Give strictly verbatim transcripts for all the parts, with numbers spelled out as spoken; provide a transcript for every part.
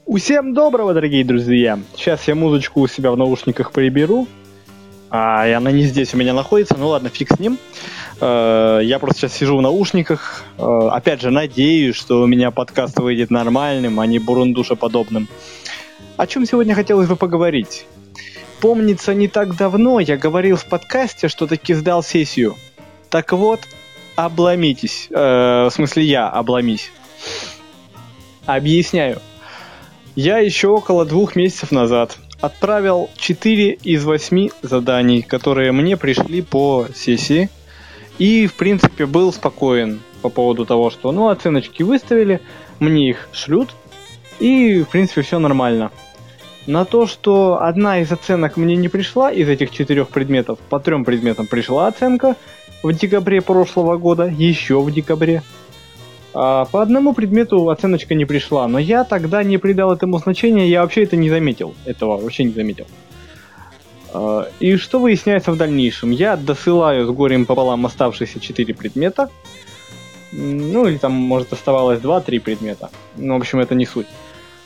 Всем доброго, дорогие друзья! Сейчас я музычку у себя в наушниках приберу. А, и она не здесь у меня находится, ну ладно, фиг с ним. Э, я просто сейчас сижу в наушниках. Э, опять же, надеюсь, что у меня подкаст выйдет нормальным, а не бурундушеподобным. О чем сегодня хотелось бы поговорить? Помнится, не так давно я говорил в подкасте, что таки сдал сессию. Так вот, обломитесь. Э, в смысле, я обломись. Объясняю. Я еще около двух месяцев назад отправил четыре из восьми заданий, которые мне пришли по сессии. И, в принципе, был спокоен по поводу того, что, ну, оценочки выставили, мне их шлют, и, в принципе, все нормально. На то, что одна из оценок мне не пришла, из этих четырех предметов, по трем предметам пришла оценка в декабре прошлого года, еще в декабре. А по одному предмету оценочка не пришла, но я тогда не придал этому значения, я вообще это не заметил, этого вообще не заметил. И что выясняется в дальнейшем? Я досылаю с горем пополам оставшиеся четыре предмета, ну или там, может, оставалось два-три предмета, ну, в общем, это не суть.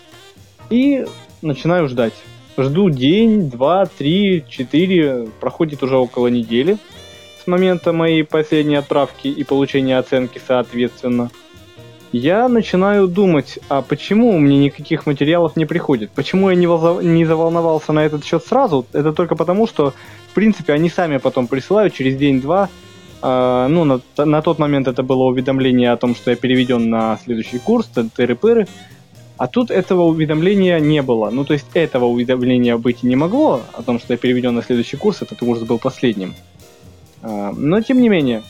И начинаю ждать. Жду день, два, три, четыре, проходит уже около недели с момента моей последней отправки и получения оценки соответственно. Я начинаю думать, а почему мне никаких материалов не приходит? Почему я не, возов... не заволновался на этот счет сразу? Это только потому, что, в принципе, они сами потом присылают через день-два. Э, ну, на, на тот момент это было уведомление о том, что я переведен на следующий курс, тыры-пыры. А тут этого уведомления не было. Ну, то есть этого уведомления быть и не могло, о том, что я переведен на следующий курс, этот курс был последним. Э, но, тем не менее,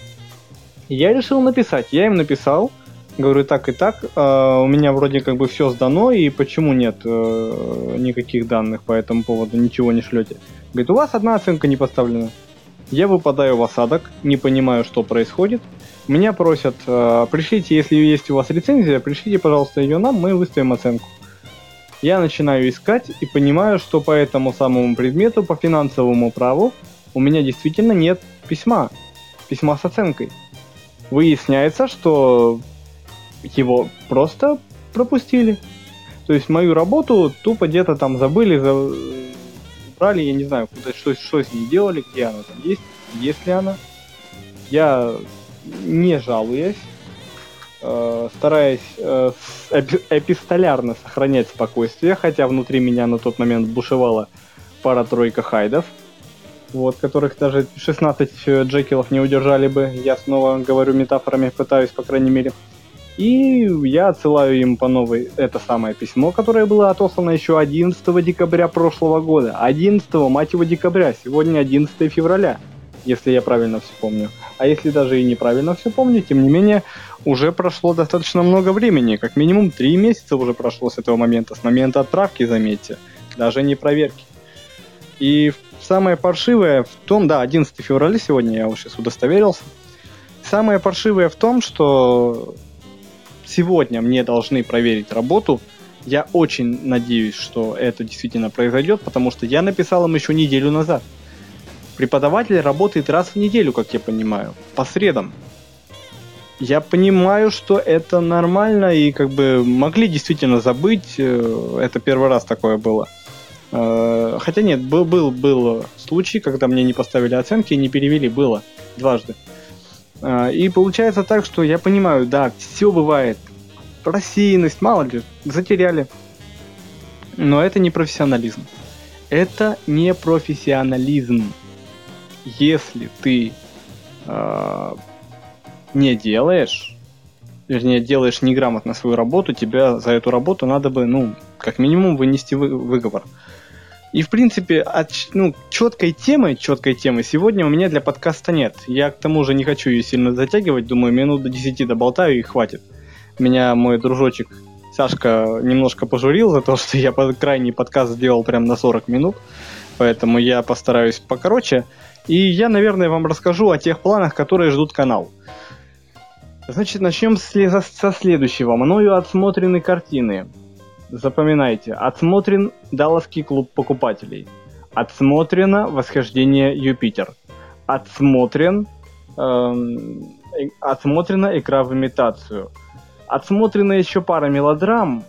я решил написать. Я им написал. Говорю, так и так, э, у меня вроде как бы все сдано, и почему нет э, никаких данных по этому поводу, ничего не шлете? Говорит, у вас одна оценка не поставлена. Я выпадаю в осадок, не понимаю, что происходит. Меня просят, э, пришлите, если есть у вас рецензия, пришлите, пожалуйста, ее нам, мы выставим оценку. Я начинаю искать и понимаю, что по этому самому предмету, по финансовому праву, у меня действительно нет письма, письма с оценкой. Выясняется, что его просто пропустили. То есть мою работу тупо где-то там забыли, забрали, я не знаю, куда, что, что с ней делали, где она там есть, есть ли она. Я, не жалуясь, э, стараясь э, эпи- эпистолярно сохранять спокойствие, хотя внутри меня на тот момент бушевала пара-тройка хайдов, вот, которых даже шестнадцать джекилов не удержали бы. Я снова говорю метафорами, пытаюсь, по крайней мере. И я отсылаю им по новой это самое письмо, которое было отослано еще одиннадцатого декабря прошлого года. одиннадцатого, мать его, декабря. Сегодня одиннадцатое февраля, если я правильно все помню. А если даже и неправильно все помню, тем не менее, уже прошло достаточно много времени. Как минимум три месяца уже прошло с этого момента. С момента отправки, заметьте. Даже не проверки. И самое паршивое в том... Да, одиннадцатое февраля сегодня, я уже сейчас удостоверился. Самое паршивое в том, что... Сегодня мне должны проверить работу. Я очень надеюсь, что это действительно произойдет, потому что я написал им еще неделю назад. Преподаватель работает раз в неделю, как я понимаю, по средам. Я понимаю, что это нормально, и как бы могли действительно забыть. Это первый раз такое было. Хотя нет, был, был, был случай, когда мне не поставили оценки и не перевели. Было дважды. И получается так, что я понимаю, да, все бывает. Рассеянность, мало ли, затеряли. Но это не профессионализм. Это не профессионализм. Если ты э, не делаешь, вернее, делаешь неграмотно свою работу, тебя за эту работу надо бы, ну, как минимум вынести вы, выговор. И, в принципе, от, ну, четкой темы, четкой темы сегодня у меня для подкаста нет. Я, к тому же, не хочу ее сильно затягивать. Думаю, минут до десяти доболтаю и хватит. Меня мой дружочек Сашка немножко пожурил за то, что я крайний подкаст сделал прям на сорок минут. Поэтому я постараюсь покороче. И я, наверное, вам расскажу о тех планах, которые ждут канал. Значит, начнем со следующего. Мною отсмотрены картины. Запоминайте, отсмотрен Далласский клуб покупателей, отсмотрено Восхождение Юпитер, отсмотрен, эм, э, отсмотрена Игра в имитацию, отсмотрена еще пара мелодрам,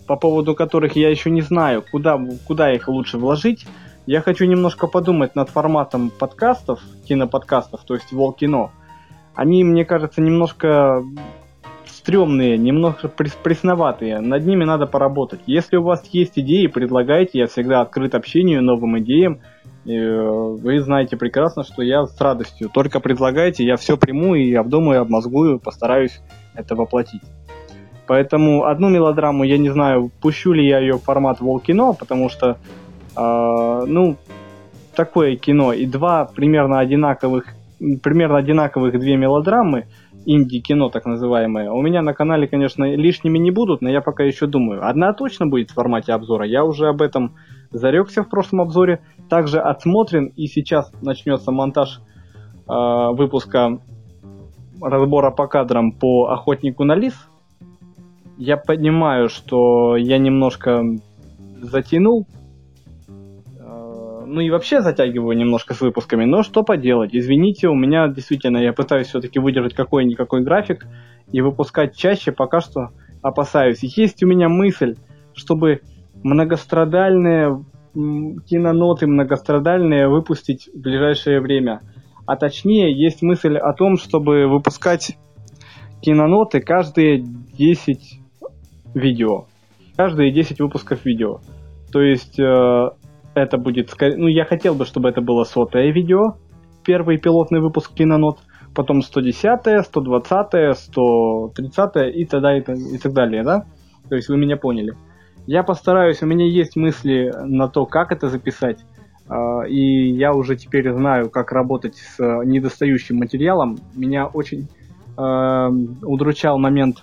по поводу которых я еще не знаю, куда, куда их лучше вложить. Я хочу немножко подумать над форматом подкастов, киноподкастов, то есть Волкино. Они, мне кажется, немножко стрёмные, немножко пресноватые. Над ними надо поработать. Если у вас есть идеи, предлагайте. Я всегда открыт общению, новым идеям. Вы знаете прекрасно, что я с радостью. Только предлагайте, я все приму и обдумаю, обмозгую, постараюсь это воплотить. Поэтому одну мелодраму, я не знаю, пущу ли я ее в формат Волкино, потому что, э, ну, такое кино. И два примерно одинаковых, примерно одинаковых две мелодрамы, инди-кино так называемое, у меня на канале, конечно, лишними не будут, но я пока еще думаю. Одна точно будет в формате обзора, я уже об этом зарекся в прошлом обзоре. Также отсмотрен, и сейчас начнется монтаж э, выпуска разбора по кадрам по «Охотнику на лис». Я понимаю, что я немножко затянул, э, ну и вообще затягиваю немножко с выпусками, но что поделать, извините, у меня действительно, я пытаюсь все-таки выдержать какой-никакой график и выпускать чаще, пока что опасаюсь. Есть у меня мысль, чтобы многострадальные киноноты, многострадальные выпустить в ближайшее время. А точнее, есть мысль о том, чтобы выпускать киноноты каждые десять видео. Каждые десять выпусков видео. То есть э, это будет... Ну, я хотел бы, чтобы это было сотое видео. Первый пилотный выпуск кинонот. Потом сто десятое, сто двадцатое, сто тридцатое и т.д. и, и так далее, да? То есть вы меня поняли. Я постараюсь, у меня есть мысли на то, как это записать. Э, и я уже теперь знаю, как работать с недостающим материалом. Меня очень э, удручал момент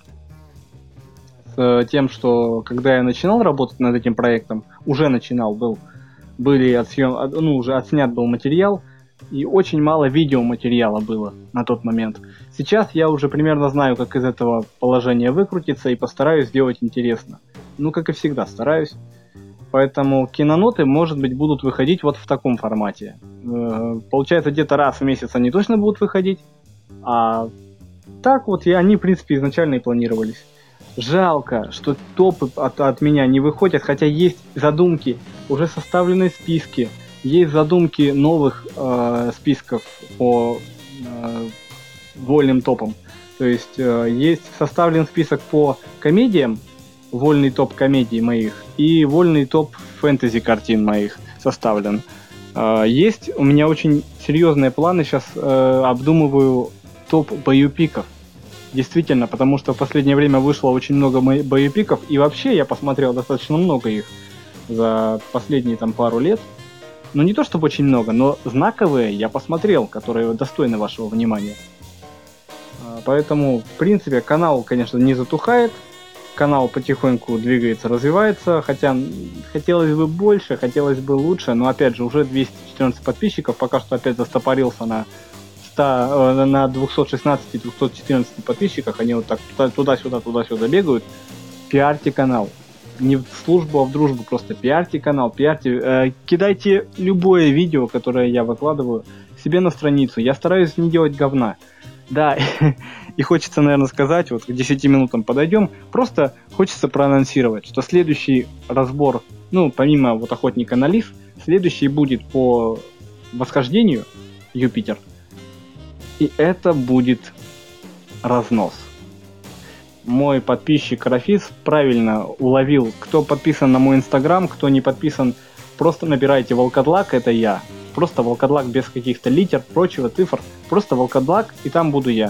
с тем, что когда я начинал работать над этим проектом, уже начинал, был, были отсъем, ну, уже отснят был материал, и очень мало видеоматериала было на тот момент. Сейчас я уже примерно знаю, как из этого положения выкрутиться, и постараюсь сделать интересно. Ну, как и всегда, стараюсь. Поэтому киноноты, может быть, будут выходить вот в таком формате. Получается, где-то раз в месяц они точно будут выходить, а так вот и они, в принципе, изначально и планировались. Жалко, что топы от, от меня не выходят, хотя есть задумки, уже составлены списки, есть задумки новых э, списков по э, вольным топам. То есть э, есть составлен список по комедиям, вольный топ комедий моих, и вольный топ фэнтези картин моих составлен. Э, есть у меня очень серьезные планы, сейчас э, обдумываю топ боепиков. Действительно, потому что в последнее время вышло очень много боепиков, и вообще я посмотрел достаточно много их за последние там пару лет. Ну не то чтобы очень много, но знаковые я посмотрел, которые достойны вашего внимания. Поэтому, в принципе, канал, конечно, не затухает, канал потихоньку двигается, развивается, хотя хотелось бы больше, хотелось бы лучше, но опять же уже двести четырнадцать подписчиков, пока что опять застопорился на на двухсот шестнадцати - двухсот четырнадцати подписчиках, они вот так туда-сюда, туда-сюда бегают. Пиарьте канал. Не в службу, а в дружбу, просто пиарьте канал, пиарьте. Э, кидайте любое видео, которое я выкладываю, себе на страницу. Я стараюсь не делать говна. Да, и хочется, наверное, сказать, вот к десяти минутам подойдем, просто хочется проанонсировать, что следующий разбор, ну, помимо вот «Охотника на лис», следующий будет по восхождению Юпитер. И это будет разнос. Мой подписчик Рафис правильно уловил, кто подписан на мой инстаграм, кто не подписан, просто набирайте Волкодлак, это я. Просто Волкодлак без каких-то литер, прочего, цифр. Просто Волкодлак, и там буду я.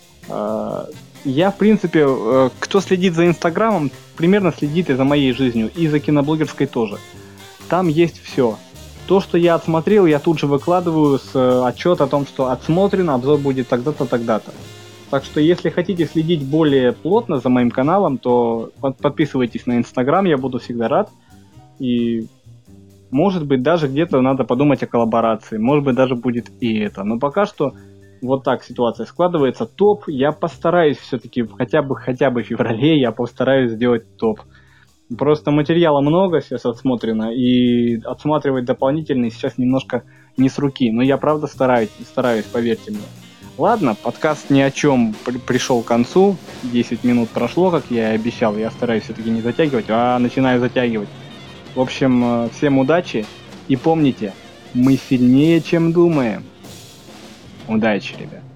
Я, в принципе, кто следит за инстаграмом, примерно следит и за моей жизнью, и за киноблогерской тоже. Там есть все. То, что я отсмотрел, я тут же выкладываю с э, отчета о том, что отсмотрен, обзор будет тогда-то, тогда-то. Так что, если хотите следить более плотно за моим каналом, то под- подписывайтесь на Инстаграм, я буду всегда рад. И, может быть, даже где-то надо подумать о коллаборации. Может быть, даже будет и это. Но пока что вот так ситуация складывается. Топ я постараюсь все-таки, хотя бы, хотя бы в феврале, я постараюсь сделать топ. Просто материала много сейчас отсмотрено, и отсматривать дополнительный сейчас немножко не с руки. Но я правда стараюсь, стараюсь, поверьте мне. Ладно, подкаст ни о чем при- пришел к концу. десять минут прошло, как я и обещал. Я стараюсь все-таки не затягивать, а начинаю затягивать. В общем, э, всем удачи. И помните, мы сильнее, чем думаем. Удачи, ребят.